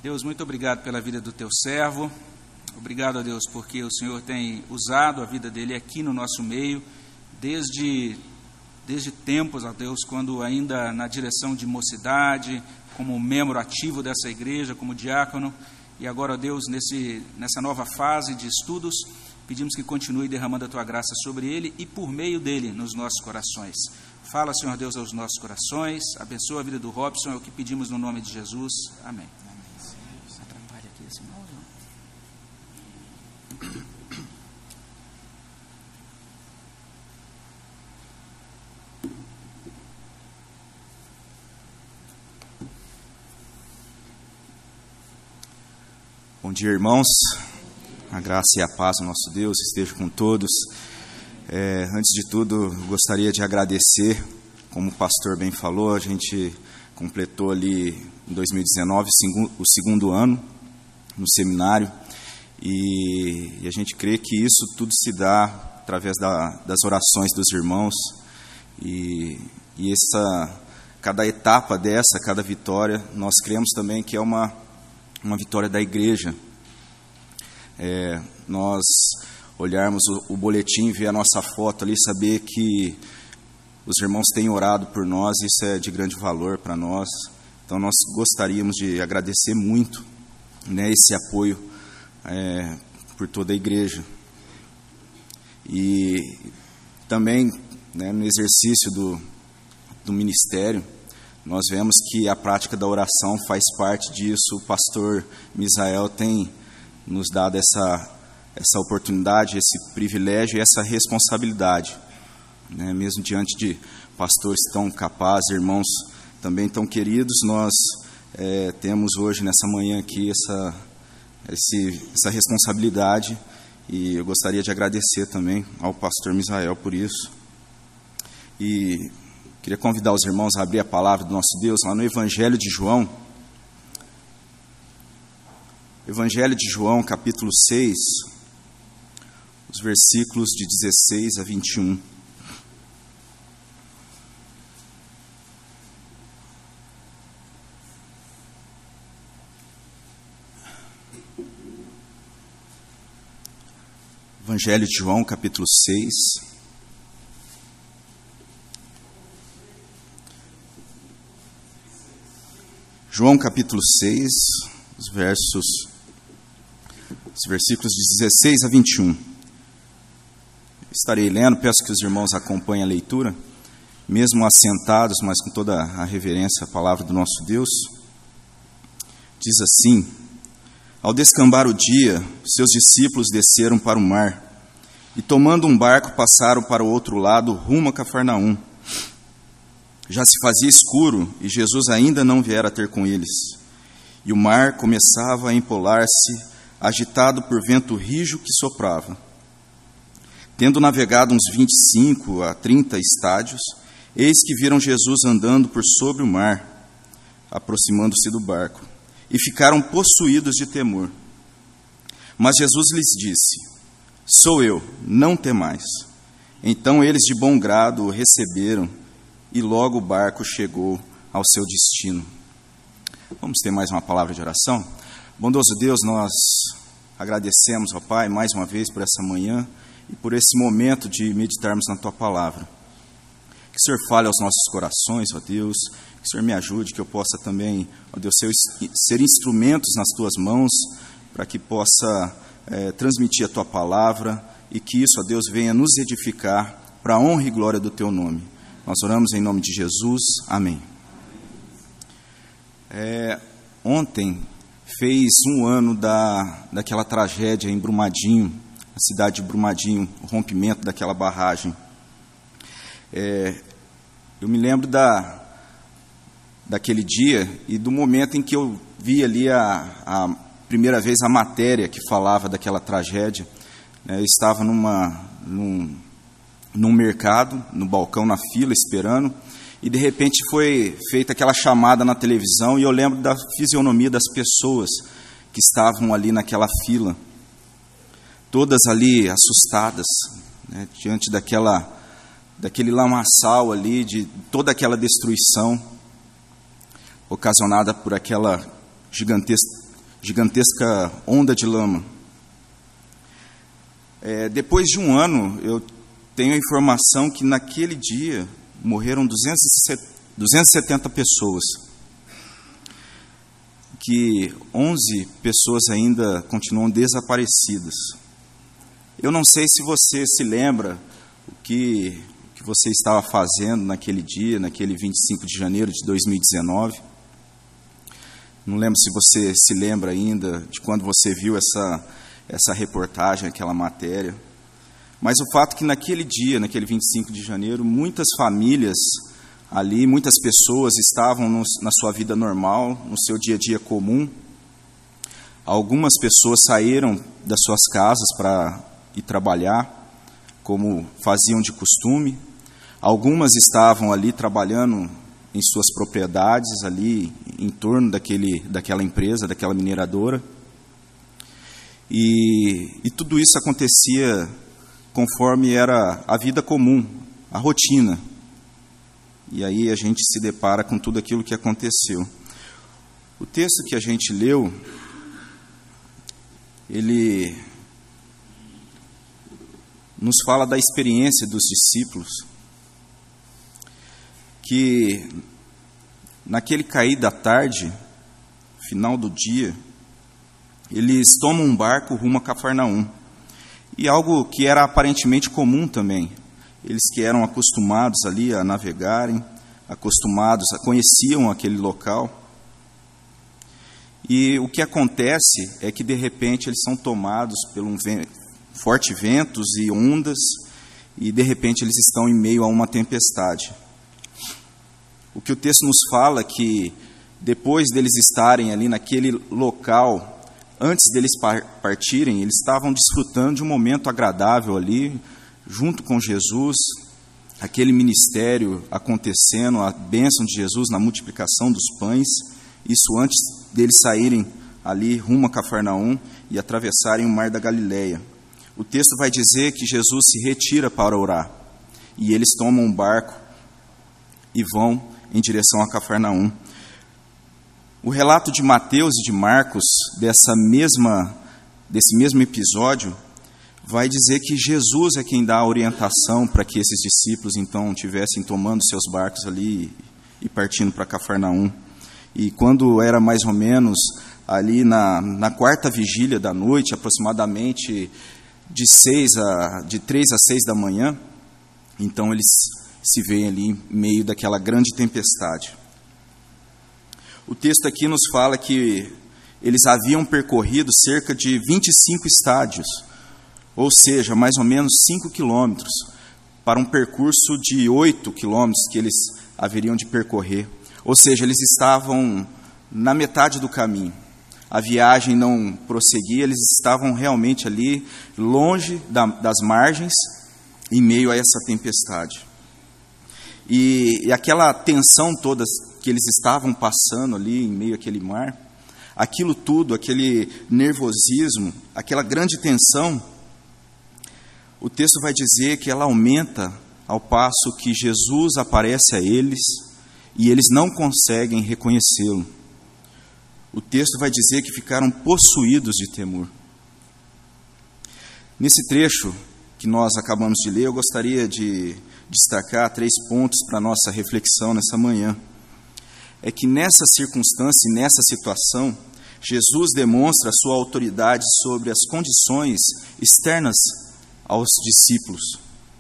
Deus, muito obrigado pela vida do teu servo. Obrigado a Deus porque o Senhor tem usado a vida dele aqui no nosso meio, desde tempos, ó Deus, quando ainda na direção de mocidade, como membro ativo dessa igreja, como diácono, e agora, ó Deus, nessa nova fase de estudos, pedimos que continue derramando a tua graça sobre ele e por meio dele nos nossos corações. Fala, Senhor Deus, aos nossos corações, abençoa a vida do Robson, é o que pedimos no nome de Jesus. Amém. Atrapalha aqui esse mouse, não? Bom dia, irmãos. A graça e a paz do nosso Deus esteja com todos. Antes de tudo, eu gostaria de agradecer, como o pastor bem falou, a gente completou ali em 2019 o segundo ano no seminário, e a gente crê que isso tudo se dá através das orações dos irmãos, e cada etapa dessa, cada vitória, nós cremos também que é uma vitória da igreja. Nós olharmos o boletim, ver a nossa foto ali, saber que os irmãos têm orado por nós, isso é de grande valor para nós. Então nós gostaríamos de agradecer muito, né, esse apoio por toda a igreja. E também, né, no exercício do ministério, nós vemos que a prática da oração faz parte disso. O pastor Misael tem nos dado essa oportunidade, esse privilégio e essa responsabilidade, né? Mesmo diante de pastores tão capazes, irmãos também tão queridos, nós temos hoje, nessa manhã aqui, essa responsabilidade, e eu gostaria de agradecer também ao pastor Misael por isso. E queria convidar os irmãos a abrir a palavra do nosso Deus lá no Evangelho de João. Evangelho de João, capítulo 6, os versículos de 16 a 21. Evangelho de João, capítulo 6. João capítulo 6, os versículos de 16 a 21. Estarei lendo, peço que os irmãos acompanhem a leitura, mesmo assentados, mas com toda a reverência à palavra do nosso Deus. Diz assim: Ao descambar o dia, seus discípulos desceram para o mar, e tomando um barco passaram para o outro lado, rumo a Cafarnaum. Já se fazia escuro e Jesus ainda não viera ter com eles. E o mar começava a empolar-se, agitado por vento rijo que soprava. Tendo navegado uns 25 a 30 estádios, eis que viram Jesus andando por sobre o mar, aproximando-se do barco, e ficaram possuídos de temor. Mas Jesus lhes disse: Sou eu, não temais. Então eles de bom grado o receberam, e logo o barco chegou ao seu destino. Vamos ter mais uma palavra de oração? Bondoso Deus, nós agradecemos, ó Pai, mais uma vez por essa manhã e por esse momento de meditarmos na Tua Palavra. Que o Senhor fale aos nossos corações, ó Deus, que o Senhor me ajude, que eu possa também, ó Deus, ser instrumentos nas Tuas mãos, para que possa transmitir a Tua Palavra e que isso, ó Deus, venha nos edificar para a honra e glória do Teu nome. Nós oramos em nome de Jesus. Amém. Ontem fez um ano daquela tragédia em Brumadinho, a cidade de Brumadinho, o rompimento daquela barragem. Eu me lembro daquele dia e do momento em que eu vi ali a primeira vez a matéria que falava daquela tragédia. Eu estava num mercado, no balcão, na fila, esperando, e de repente foi feita aquela chamada na televisão, e eu lembro da fisionomia das pessoas que estavam ali naquela fila, todas ali assustadas, né, diante daquele lamaçal ali, de toda aquela destruição ocasionada por aquela gigantesca gigantesca onda de lama. Depois de um ano, eu tenho a informação que naquele dia morreram 270 pessoas, que 11 pessoas ainda continuam desaparecidas. Eu não sei se você se lembra o que você estava fazendo naquele dia, naquele 25 de janeiro de 2019. Não lembro se você se lembra ainda de quando você viu essa reportagem, aquela matéria. Mas o fato é que naquele dia, naquele 25 de janeiro, muitas famílias ali, muitas pessoas estavam na sua vida normal, no seu dia a dia comum. Algumas pessoas saíram das suas casas para ir trabalhar, como faziam de costume. Algumas estavam ali trabalhando em suas propriedades, ali em torno daquela empresa, daquela mineradora. E tudo isso acontecia conforme era a vida comum, a rotina. E aí a gente se depara com tudo aquilo que aconteceu. O texto que a gente leu, ele nos fala da experiência dos discípulos, que naquele cair da tarde, final do dia, eles tomam um barco rumo a Cafarnaum. E algo que era aparentemente comum também. Eles que eram acostumados ali a navegarem, conheciam aquele local. E o que acontece é que, de repente, eles são tomados por fortes ventos e ondas, e, de repente, eles estão em meio a uma tempestade. O que o texto nos fala é que, depois deles estarem ali naquele local, antes deles partirem, eles estavam desfrutando de um momento agradável ali, junto com Jesus, aquele ministério acontecendo, a bênção de Jesus na multiplicação dos pães, isso antes deles saírem ali rumo a Cafarnaum e atravessarem o mar da Galileia. O texto vai dizer que Jesus se retira para orar, e eles tomam um barco e vão em direção a Cafarnaum. O relato de Mateus e de Marcos, desse mesmo episódio, vai dizer que Jesus é quem dá a orientação para que esses discípulos, então, tivessem tomando seus barcos ali e partindo para Cafarnaum. E quando era mais ou menos ali na quarta vigília da noite, aproximadamente de 3 a 6 da manhã, então eles se veem ali em meio daquela grande tempestade. O texto aqui nos fala que eles haviam percorrido cerca de 25 estádios, ou seja, mais ou menos 5 quilômetros, para um percurso de 8 quilômetros que eles haveriam de percorrer. Ou seja, eles estavam na metade do caminho. A viagem não prosseguia, eles estavam realmente ali, longe das margens, em meio a essa tempestade. E aquela tensão toda que eles estavam passando ali, em meio àquele mar, aquilo tudo, aquele nervosismo, aquela grande tensão, o texto vai dizer que ela aumenta ao passo que Jesus aparece a eles e eles não conseguem reconhecê-lo. O texto vai dizer que ficaram possuídos de temor. Nesse trecho que nós acabamos de ler, eu gostaria de destacar 3 pontos para a nossa reflexão nessa manhã. É que nessa circunstância e nessa situação, Jesus demonstra a sua autoridade sobre as condições externas aos discípulos.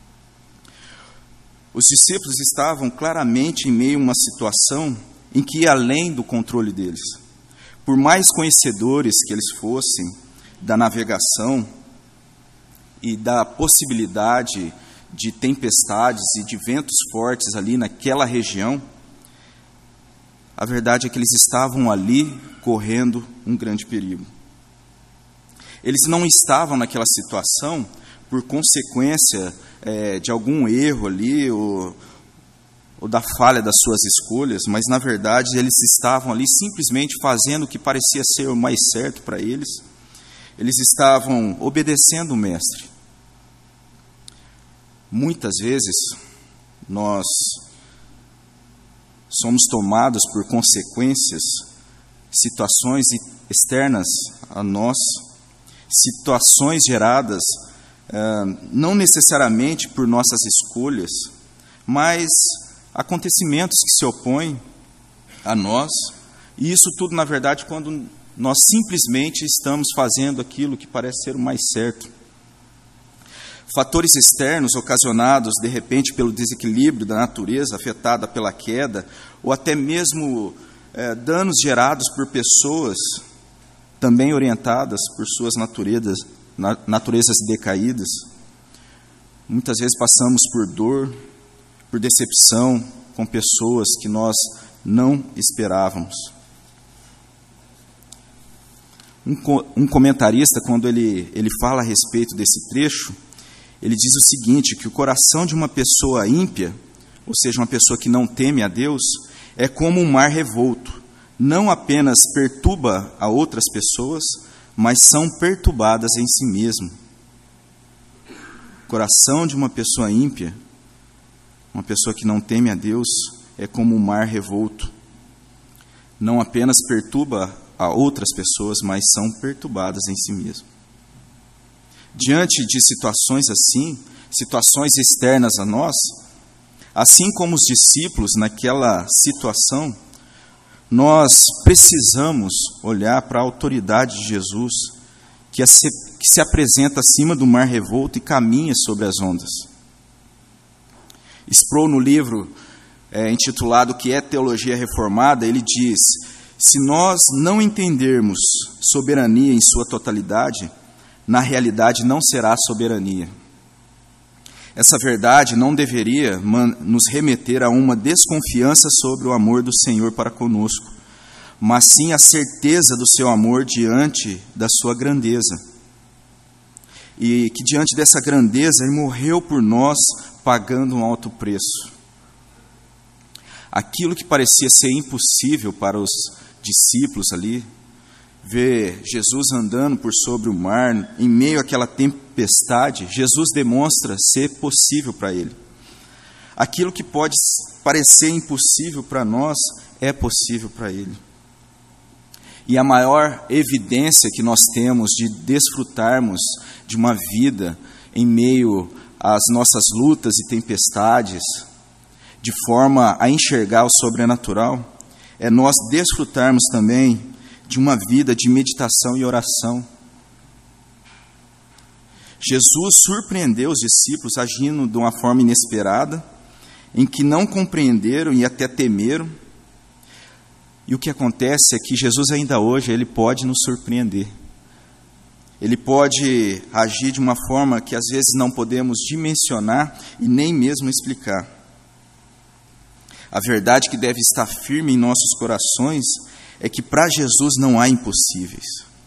Os discípulos estavam claramente em meio a uma situação em que ia além do controle deles. Por mais conhecedores que eles fossem da navegação e da possibilidade de tempestades e de ventos fortes ali naquela região, a verdade é que eles estavam ali correndo um grande perigo. Eles não estavam naquela situação por consequência de algum erro ali ou da falha das suas escolhas, mas na verdade eles estavam ali simplesmente fazendo o que parecia ser o mais certo para eles. Eles estavam obedecendo o Mestre. Muitas vezes nós somos tomados por consequências situações externas a nós, situações geradas não necessariamente por nossas escolhas, mas acontecimentos que se opõem a nós, e isso tudo, na verdade, quando nós simplesmente estamos fazendo aquilo que parece ser o mais certo. Fatores externos ocasionados, de repente, pelo desequilíbrio da natureza afetada pela queda, ou até mesmo danos gerados por pessoas também orientadas por suas naturezas decaídas. Muitas vezes passamos por dor, por decepção com pessoas que nós não esperávamos. Um comentarista, quando ele fala a respeito desse trecho, ele diz o seguinte, que o coração de uma pessoa ímpia, ou seja, uma pessoa que não teme a Deus, é como um mar revolto. Não apenas perturba a outras pessoas, mas são perturbadas em si mesmo. O coração de uma pessoa ímpia, uma pessoa que não teme a Deus, é como um mar revolto. Não apenas perturba a outras pessoas, mas são perturbadas em si mesmo. Diante de situações assim, situações externas a nós, assim como os discípulos naquela situação, nós precisamos olhar para a autoridade de Jesus, que se apresenta acima do mar revolto e caminha sobre as ondas. Sproul, no livro intitulado Que é Teologia Reformada, ele diz: se nós não entendermos soberania em sua totalidade, na realidade não será soberania. Essa verdade não deveria nos remeter a uma desconfiança sobre o amor do Senhor para conosco, mas sim a certeza do seu amor diante da sua grandeza. E que diante dessa grandeza Ele morreu por nós, pagando um alto preço. Aquilo que parecia ser impossível para os discípulos ali, ver Jesus andando por sobre o mar, em meio àquela tempestade, Jesus demonstra ser possível para ele. Aquilo que pode parecer impossível para nós, é possível para ele. E a maior evidência que nós temos de desfrutarmos de uma vida em meio às nossas lutas e tempestades, de forma a enxergar o sobrenatural, é nós desfrutarmos também de uma vida de meditação e oração. Jesus surpreendeu os discípulos agindo de uma forma inesperada, em que não compreenderam e até temeram. E o que acontece é que Jesus ainda hoje, Ele pode nos surpreender. Ele pode agir de uma forma que às vezes não podemos dimensionar e nem mesmo explicar. A verdade que deve estar firme em nossos corações é que para Jesus não há impossíveis.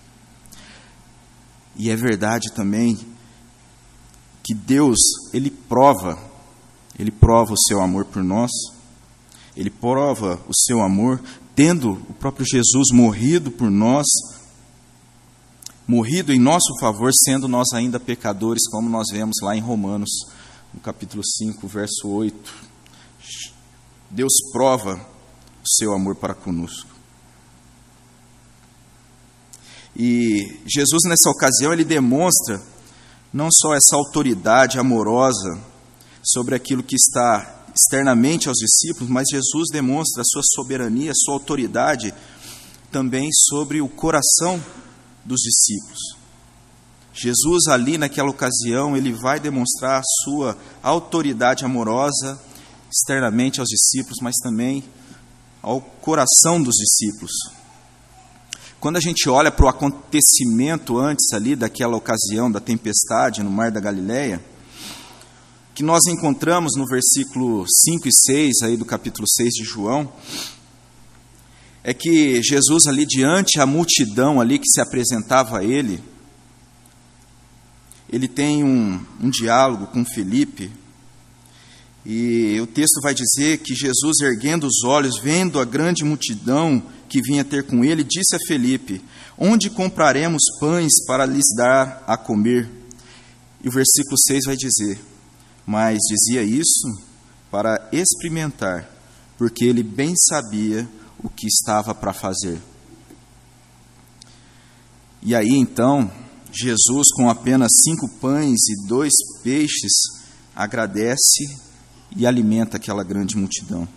E é verdade também que Deus, Ele prova o seu amor por nós, Ele prova o seu amor, tendo o próprio Jesus morrido por nós, morrido em nosso favor, sendo nós ainda pecadores, como nós vemos lá em Romanos, no capítulo 5, verso 8. Deus prova o seu amor para conosco. E Jesus, nessa ocasião, Ele demonstra não só essa autoridade amorosa sobre aquilo que está externamente aos discípulos, mas Jesus demonstra a sua soberania, a sua autoridade também sobre o coração dos discípulos. Jesus ali naquela ocasião, Ele vai demonstrar a sua autoridade amorosa externamente aos discípulos, mas também ao coração dos discípulos. Quando a gente olha para o acontecimento antes ali daquela ocasião da tempestade no Mar da Galileia, que nós encontramos no versículo 5 e 6 aí do capítulo 6 de João, é que Jesus ali diante a multidão ali que se apresentava a Ele, Ele tem um diálogo com Filipe, e o texto vai dizer que Jesus, erguendo os olhos, vendo a grande multidão que vinha ter com ele, disse a Filipe: onde compraremos pães para lhes dar a comer? E o versículo 6 vai dizer: mas dizia isso para experimentar, porque ele bem sabia o que estava para fazer. E aí então, Jesus, com apenas 5 pães e 2 peixes, agradece e alimenta aquela grande multidão.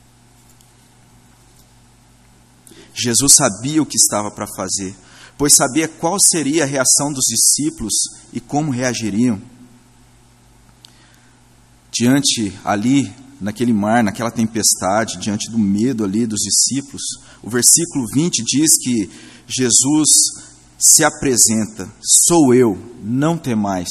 Jesus sabia o que estava para fazer, pois sabia qual seria a reação dos discípulos e como reagiriam. Diante ali, naquele mar, naquela tempestade, diante do medo ali dos discípulos, o versículo 20 diz que Jesus se apresenta: sou eu, não temais.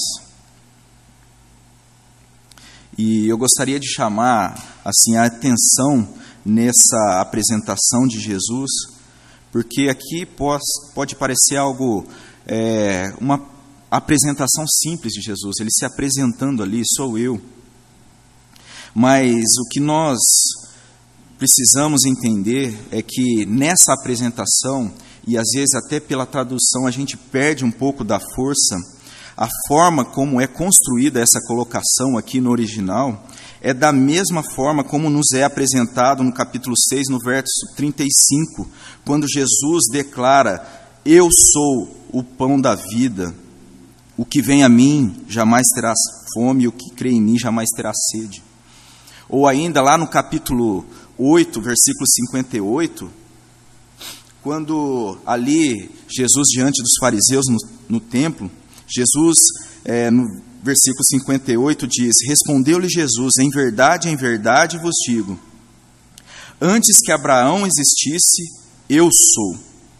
E eu gostaria de chamar assim a atenção nessa apresentação de Jesus, porque aqui pode parecer algo, uma apresentação simples de Jesus, ele se apresentando ali: sou eu. Mas o que nós precisamos entender é que nessa apresentação, e às vezes até pela tradução a gente perde um pouco da força, a forma como é construída essa colocação aqui no original é da mesma forma como nos é apresentado no capítulo 6, no verso 35, quando Jesus declara: eu sou o pão da vida, o que vem a mim jamais terá fome, e o que crê em mim jamais terá sede. Ou ainda lá no capítulo 8, versículo 58, quando ali Jesus diante dos fariseus no templo, Jesus, no versículo 58 diz: respondeu-lhe Jesus: em verdade vos digo, antes que Abraão existisse, eu sou.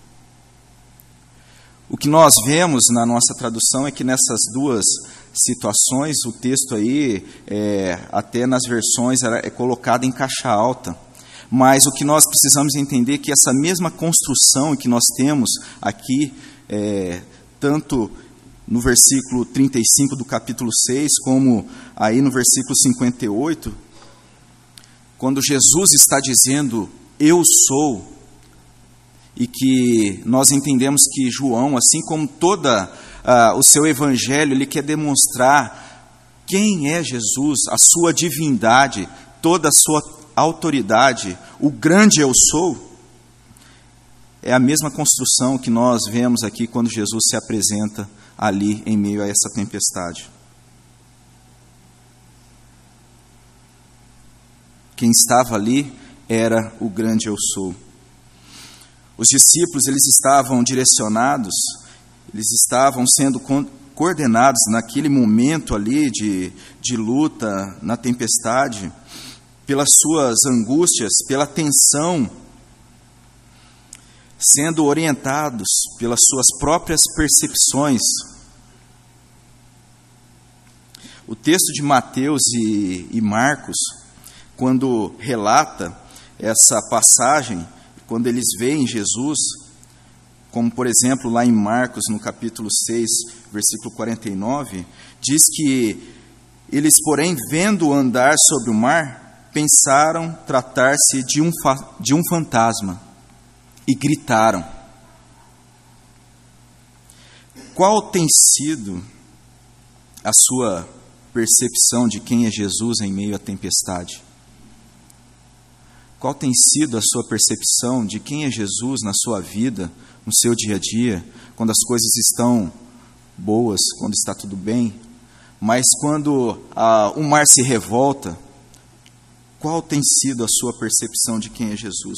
O que nós vemos na nossa tradução é que nessas duas situações, o texto aí, até nas versões, é colocado em caixa alta. Mas o que nós precisamos entender é que essa mesma construção que nós temos aqui, tanto no versículo 35 do capítulo 6, como aí no versículo 58, quando Jesus está dizendo: eu sou, e que nós entendemos que João, assim como toda o seu evangelho, ele quer demonstrar quem é Jesus, a sua divindade, toda a sua autoridade, o grande eu sou. É a mesma construção que nós vemos aqui quando Jesus se apresenta ali em meio a essa tempestade. Quem estava ali era o grande eu sou. Os discípulos, eles estavam direcionados, eles estavam sendo coordenados naquele momento ali de luta, na tempestade, pelas suas angústias, pela tensão, sendo orientados pelas suas próprias percepções. O texto de Mateus e Marcos, quando relata essa passagem, quando eles veem Jesus, como por exemplo lá em Marcos, no capítulo 6, versículo 49, diz que eles, porém, vendo andar sobre o mar, pensaram tratar-se de um fantasma e gritaram. Qual tem sido a sua percepção de quem é Jesus em meio à tempestade? Qual tem sido a sua percepção de quem é Jesus na sua vida, no seu dia a dia, quando as coisas estão boas, quando está tudo bem? Mas quando o mar se revolta, qual tem sido a sua percepção de quem é Jesus?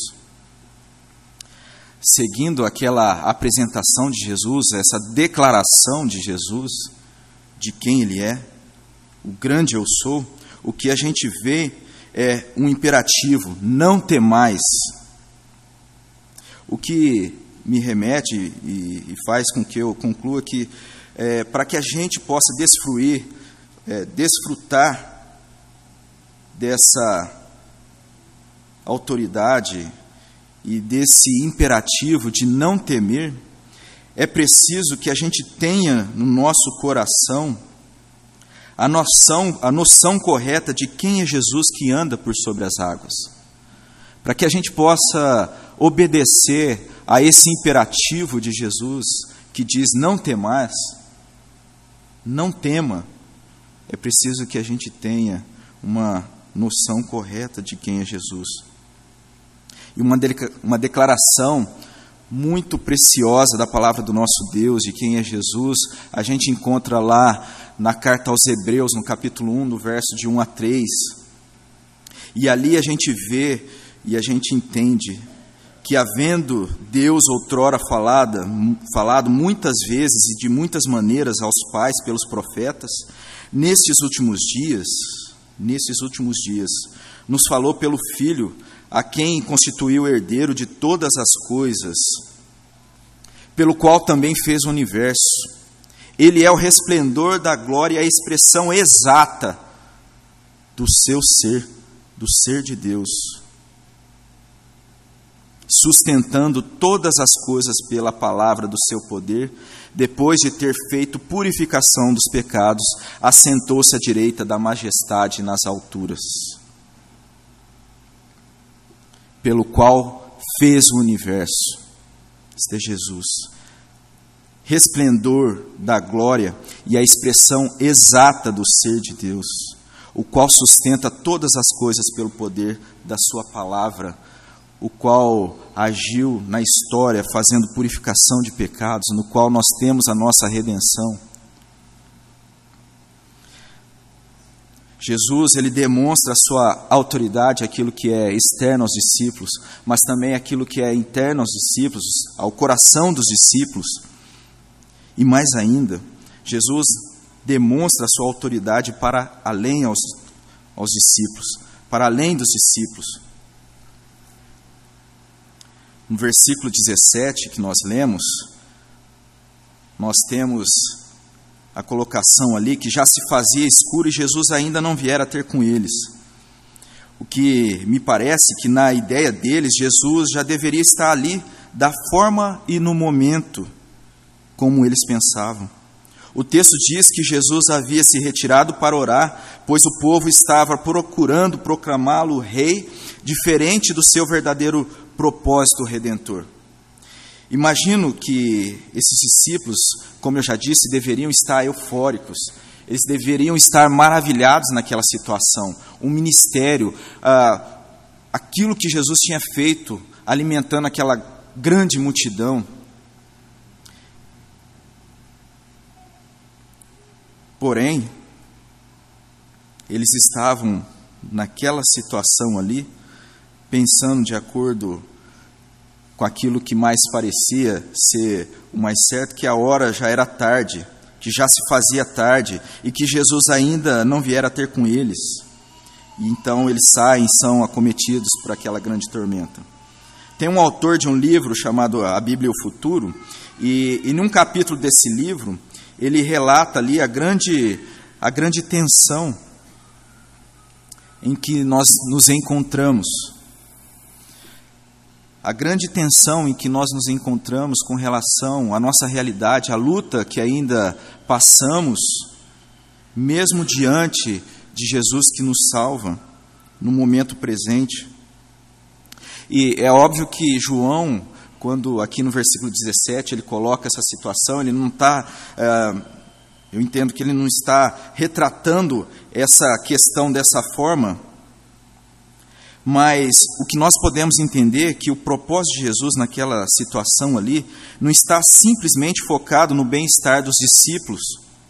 Seguindo aquela apresentação de Jesus, essa declaração de Jesus, de quem Ele é, o grande eu sou, o que a gente vê é um imperativo: não temais. O que me remete e faz com que eu conclua que para que a gente possa desfrutar dessa autoridade e desse imperativo de não temer, é preciso que a gente tenha no nosso coração a noção correta de quem é Jesus que anda por sobre as águas, para que a gente possa obedecer a esse imperativo de Jesus que diz: não temais, não tema. É preciso que a gente tenha uma noção correta de quem é Jesus. E uma declaração muito preciosa da palavra do nosso Deus, de quem é Jesus, a gente encontra lá na carta aos Hebreus, no capítulo 1, no verso de 1 a 3. E ali a gente vê e a gente entende que, havendo Deus outrora falado muitas vezes e de muitas maneiras aos pais pelos profetas, nesses últimos dias, nos falou pelo Filho, a quem constituiu o herdeiro de todas as coisas, pelo qual também fez o universo. Ele é o resplendor da glória e a expressão exata do seu ser, do ser de Deus, sustentando todas as coisas pela palavra do seu poder. Depois de ter feito purificação dos pecados, assentou-se à direita da majestade nas alturas, pelo qual fez o universo. Este é Jesus, resplendor da glória e a expressão exata do ser de Deus, o qual sustenta todas as coisas pelo poder da sua palavra, o qual agiu na história fazendo purificação de pecados, no qual nós temos a nossa redenção. Jesus, ele demonstra a sua autoridade, aquilo que é externo aos discípulos, mas também aquilo que é interno aos discípulos, ao coração dos discípulos. E mais ainda, Jesus demonstra a sua autoridade para além aos discípulos, para além dos discípulos. No versículo 17 que nós lemos, nós temos a colocação ali que já se fazia escuro e Jesus ainda não viera ter com eles. O que me parece que na ideia deles, Jesus já deveria estar ali da forma e no momento como eles pensavam. O texto diz que Jesus havia se retirado para orar, pois o povo estava procurando proclamá-lo rei, diferente do seu verdadeiro propósito redentor. Imagino que esses discípulos, como eu já disse, deveriam estar eufóricos, eles deveriam estar maravilhados naquela situação. Um ministério, aquilo que Jesus tinha feito, alimentando aquela grande multidão. Porém, eles estavam naquela situação ali, pensando de acordo com aquilo que mais parecia ser o mais certo, que a hora já era tarde, que já se fazia tarde e que Jesus ainda não viera ter com eles. E então eles saem, são acometidos por aquela grande tormenta. Tem um autor de um livro chamado A Bíblia e o Futuro, e num capítulo desse livro, ele relata ali a grande tensão em que nós nos encontramos. A grande tensão em que nós nos encontramos com relação à nossa realidade, a luta que ainda passamos, mesmo diante de Jesus que nos salva, no momento presente. E é óbvio que João, quando aqui no versículo 17 ele coloca essa situação, ele não está, eu entendo que ele não está retratando essa questão dessa forma, mas o que nós podemos entender é que o propósito de Jesus naquela situação ali não está simplesmente focado no bem-estar dos discípulos,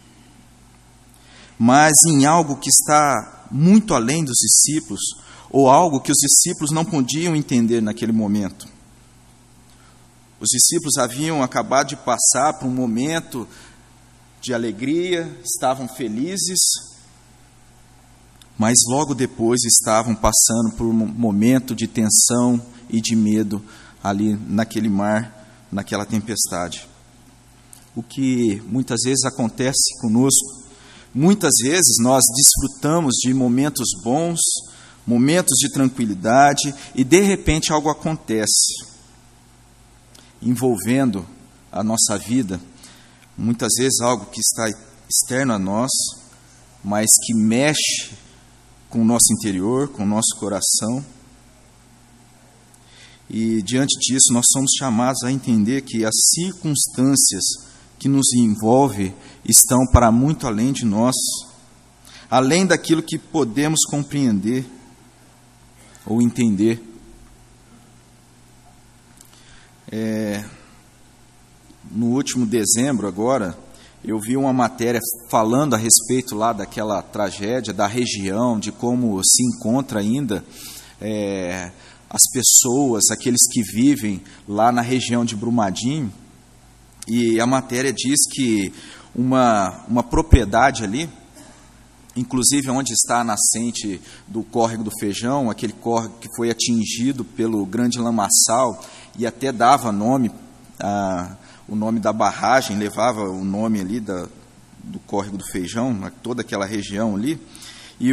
mas em algo que está muito além dos discípulos, ou algo que os discípulos não podiam entender naquele momento. Os discípulos haviam acabado de passar por um momento de alegria, estavam felizes, mas logo depois estavam passando por um momento de tensão e de medo ali naquele mar, naquela tempestade. O que muitas vezes acontece conosco, muitas vezes nós desfrutamos de momentos bons, momentos de tranquilidade, e de repente algo acontece envolvendo a nossa vida, muitas vezes algo que está externo a nós, mas que mexe com o nosso interior, com o nosso coração. E diante disso nós somos chamados a entender que as circunstâncias que nos envolvem estão para muito além de nós, além daquilo que podemos compreender ou entender. No último dezembro agora, eu vi uma matéria falando a respeito lá daquela tragédia, da região, de como se encontra ainda as pessoas, aqueles que vivem lá na região de Brumadinho. E a matéria diz que uma propriedade ali, inclusive onde está a nascente do Córrego do Feijão, aquele córrego que foi atingido pelo grande lamaçal, e até dava nome, o nome da barragem, levava o nome ali do Córrego do Feijão, toda aquela região ali, e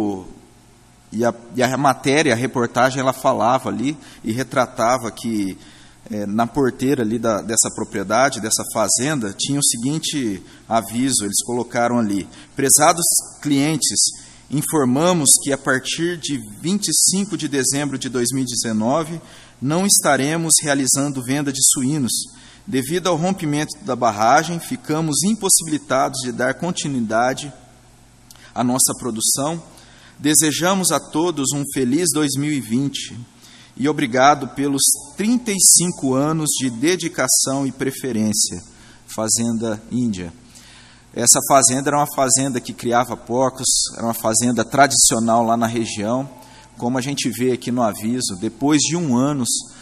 a matéria, a reportagem, ela falava ali e retratava que na porteira ali dessa propriedade, dessa fazenda, tinha o seguinte aviso, eles colocaram ali: prezados clientes, informamos que a partir de 25 de dezembro de 2019 não estaremos realizando venda de suínos. Devido ao rompimento da barragem, ficamos impossibilitados de dar continuidade à nossa produção. Desejamos a todos um feliz 2020. E obrigado pelos 35 anos de dedicação e preferência. Fazenda Índia. Essa fazenda era uma fazenda que criava porcos, era uma fazenda tradicional lá na região. Como a gente vê aqui no aviso, depois de um ano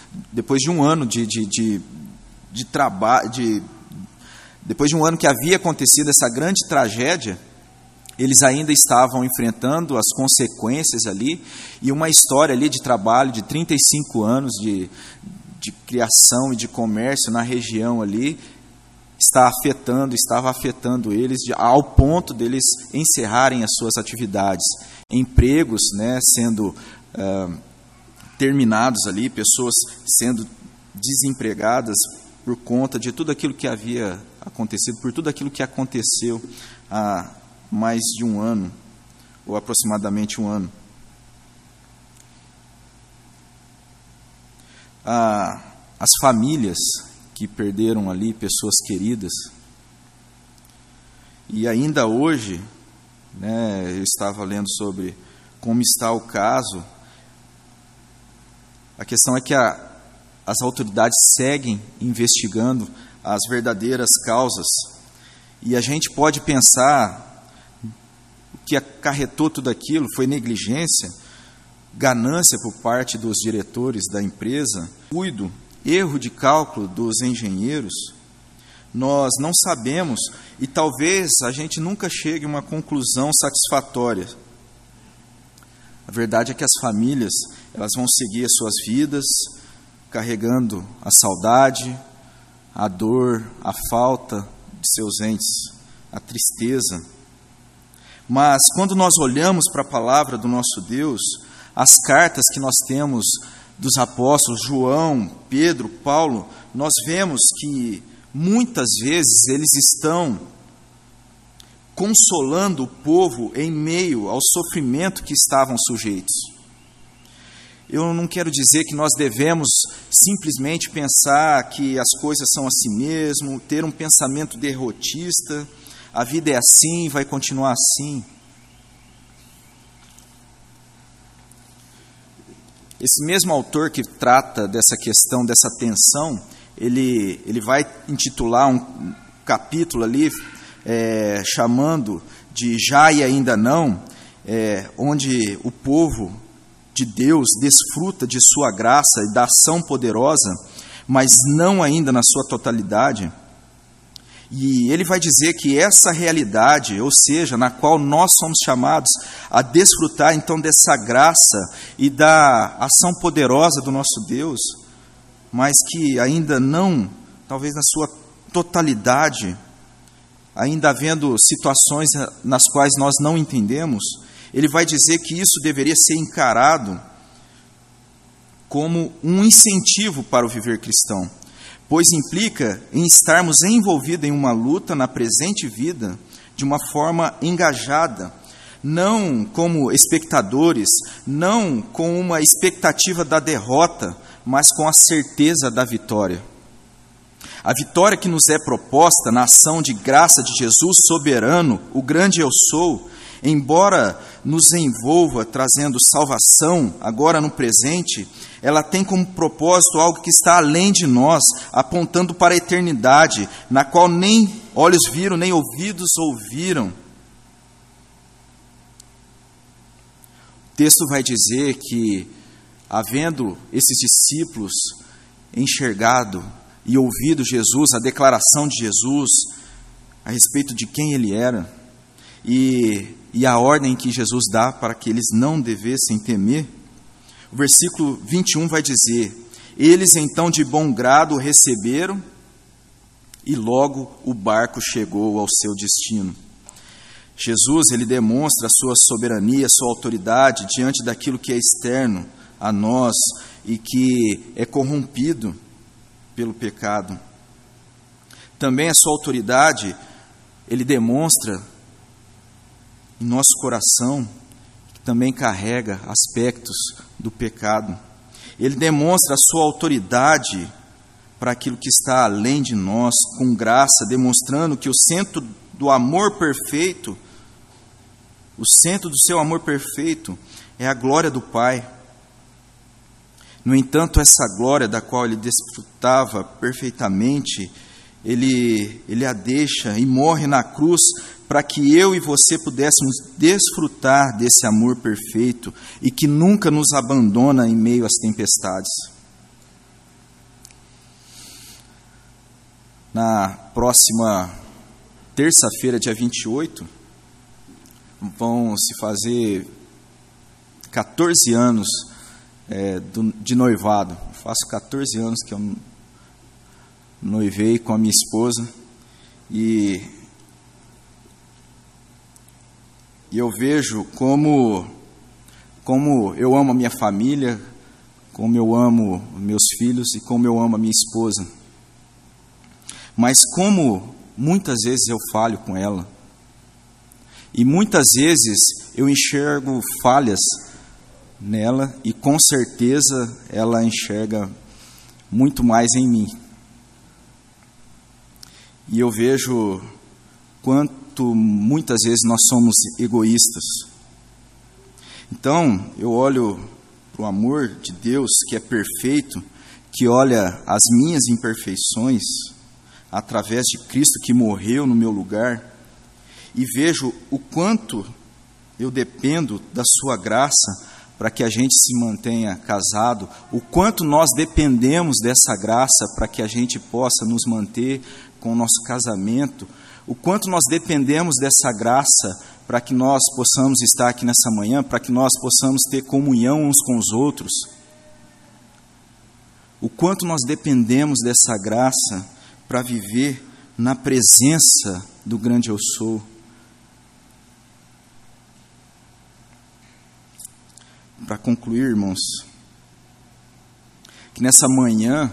de trabalho, depois de um ano que havia acontecido essa grande tragédia, eles ainda estavam enfrentando as consequências ali, e uma história ali de trabalho de 35 anos de criação e de comércio na região ali, estava afetando eles ao ponto deles encerrarem as suas atividades. Empregos, né, sendo terminados ali, pessoas sendo desempregadas por conta de tudo aquilo que havia acontecido, por tudo aquilo que aconteceu há mais de um ano, ou aproximadamente um ano. As famílias que perderam ali pessoas queridas, e ainda hoje, né, eu estava lendo sobre como está o caso. A questão é que as autoridades seguem investigando as verdadeiras causas, e a gente pode pensar que acarretou tudo aquilo foi negligência, ganância por parte dos diretores da empresa, descuido, erro de cálculo dos engenheiros. Nós não sabemos, e talvez a gente nunca chegue a uma conclusão satisfatória. A verdade é que as famílias, elas vão seguir as suas vidas, carregando a saudade, a dor, a falta de seus entes, a tristeza. Mas quando nós olhamos para a palavra do nosso Deus, as cartas que nós temos dos apóstolos João, Pedro, Paulo, nós vemos que muitas vezes eles estão consolando o povo em meio ao sofrimento que estavam sujeitos. Eu não quero dizer que nós devemos simplesmente pensar que as coisas são assim mesmo, ter um pensamento derrotista, a vida é assim, vai continuar assim. Esse mesmo autor que trata dessa questão, dessa tensão, ele vai intitular um capítulo ali, chamando de Já e Ainda Não, onde o povo de Deus desfruta de sua graça e da ação poderosa, mas não ainda na sua totalidade. E ele vai dizer que essa realidade, ou seja, na qual nós somos chamados a desfrutar então dessa graça e da ação poderosa do nosso Deus, mas que ainda não, talvez na sua totalidade, ainda havendo situações nas quais nós não entendemos, ele vai dizer que isso deveria ser encarado como um incentivo para o viver cristão, pois implica em estarmos envolvidos em uma luta na presente vida de uma forma engajada, não como espectadores, não com uma expectativa da derrota, mas com a certeza da vitória. A vitória que nos é proposta na ação de graça de Jesus soberano, o grande eu sou, embora nos envolva trazendo salvação agora no presente, ela tem como propósito algo que está além de nós, apontando para a eternidade, na qual nem olhos viram, nem ouvidos ouviram. O texto vai dizer que, havendo esses discípulos enxergado e ouvido Jesus, a declaração de Jesus a respeito de quem ele era, e a ordem que Jesus dá para que eles não devessem temer, o versículo 21 vai dizer: eles então de bom grado o receberam, e logo o barco chegou ao seu destino. Jesus, ele demonstra a sua soberania, a sua autoridade diante daquilo que é externo a nós e que é corrompido pelo pecado. Também a sua autoridade ele demonstra em nosso coração, que também carrega aspectos do pecado. Ele demonstra a sua autoridade para aquilo que está além de nós, com graça, demonstrando que o centro do amor perfeito, o centro do seu amor perfeito é a glória do Pai. No entanto, essa glória da qual ele desfrutava perfeitamente, ele a deixa e morre na cruz para que eu e você pudéssemos desfrutar desse amor perfeito e que nunca nos abandona em meio às tempestades. Na próxima terça-feira, dia 28, vão se fazer 14 anos de noivado. Eu faço 14 anos que eu noivei com a minha esposa e eu vejo como eu amo a minha família, como eu amo meus filhos e como eu amo a minha esposa. Mas como muitas vezes eu falho com ela, e muitas vezes eu enxergo falhas nela, e com certeza ela enxerga muito mais em mim. E eu vejo quanto muitas vezes nós somos egoístas. Então, eu olho para o amor de Deus, que é perfeito, que olha as minhas imperfeições, através de Cristo que morreu no meu lugar, e vejo o quanto eu dependo da sua graça para que a gente se mantenha casado, o quanto nós dependemos dessa graça para que a gente possa nos manter com o nosso casamento, o quanto nós dependemos dessa graça para que nós possamos estar aqui nessa manhã, para que nós possamos ter comunhão uns com os outros, o quanto nós dependemos dessa graça para viver na presença do grande eu sou. Para concluir, irmãos, que nessa manhã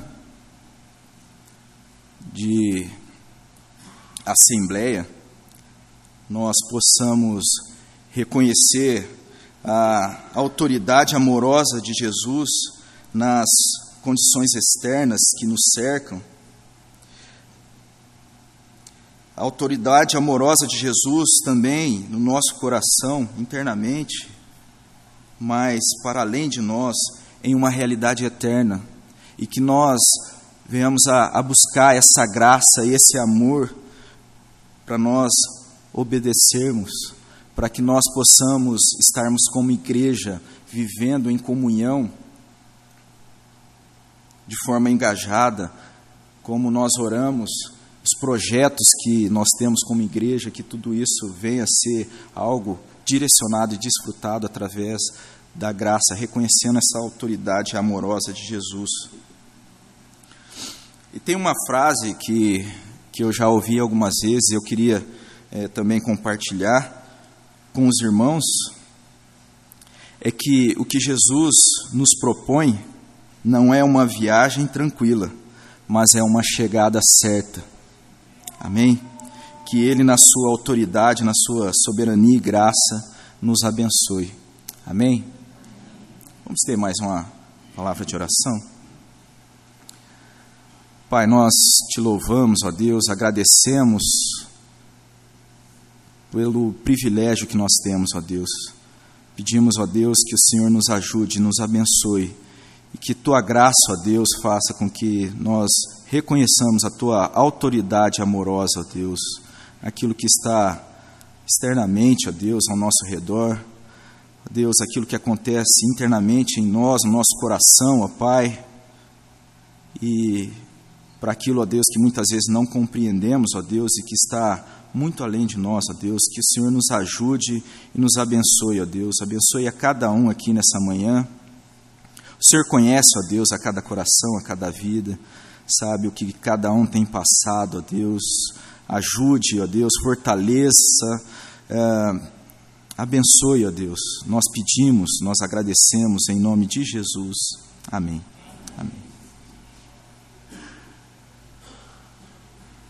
de assembleia, nós possamos reconhecer a autoridade amorosa de Jesus nas condições externas que nos cercam, a autoridade amorosa de Jesus também no nosso coração, internamente, mas para além de nós, em uma realidade eterna, e que nós venhamos a buscar essa graça e esse amor para nós obedecermos, para que nós possamos estarmos como igreja, vivendo em comunhão, de forma engajada, como nós oramos, os projetos que nós temos como igreja, que tudo isso venha a ser algo direcionado e desfrutado através da graça, reconhecendo essa autoridade amorosa de Jesus. E tem uma frase que eu já ouvi algumas vezes, eu queria também compartilhar com os irmãos, é que o que Jesus nos propõe não é uma viagem tranquila, mas é uma chegada certa. Amém? Que Ele, na sua autoridade, na sua soberania e graça, nos abençoe. Amém? Vamos ter mais uma palavra de oração? Pai, nós te louvamos, ó Deus, agradecemos pelo privilégio que nós temos, ó Deus. Pedimos, ó Deus, que o Senhor nos ajude, nos abençoe e que Tua graça, ó Deus, faça com que nós reconheçamos a Tua autoridade amorosa, ó Deus, aquilo que está externamente, ó Deus, ao nosso redor, ó Deus, aquilo que acontece internamente em nós, no nosso coração, ó Pai, e para aquilo, ó Deus, que muitas vezes não compreendemos, ó Deus, e que está muito além de nós, ó Deus, que o Senhor nos ajude e nos abençoe, ó Deus, abençoe a cada um aqui nessa manhã. O Senhor conhece, ó Deus, a cada coração, a cada vida, sabe o que cada um tem passado, ó Deus, ajude, ó Deus, fortaleça, abençoe, ó Deus, nós pedimos, nós agradecemos em nome de Jesus, amém.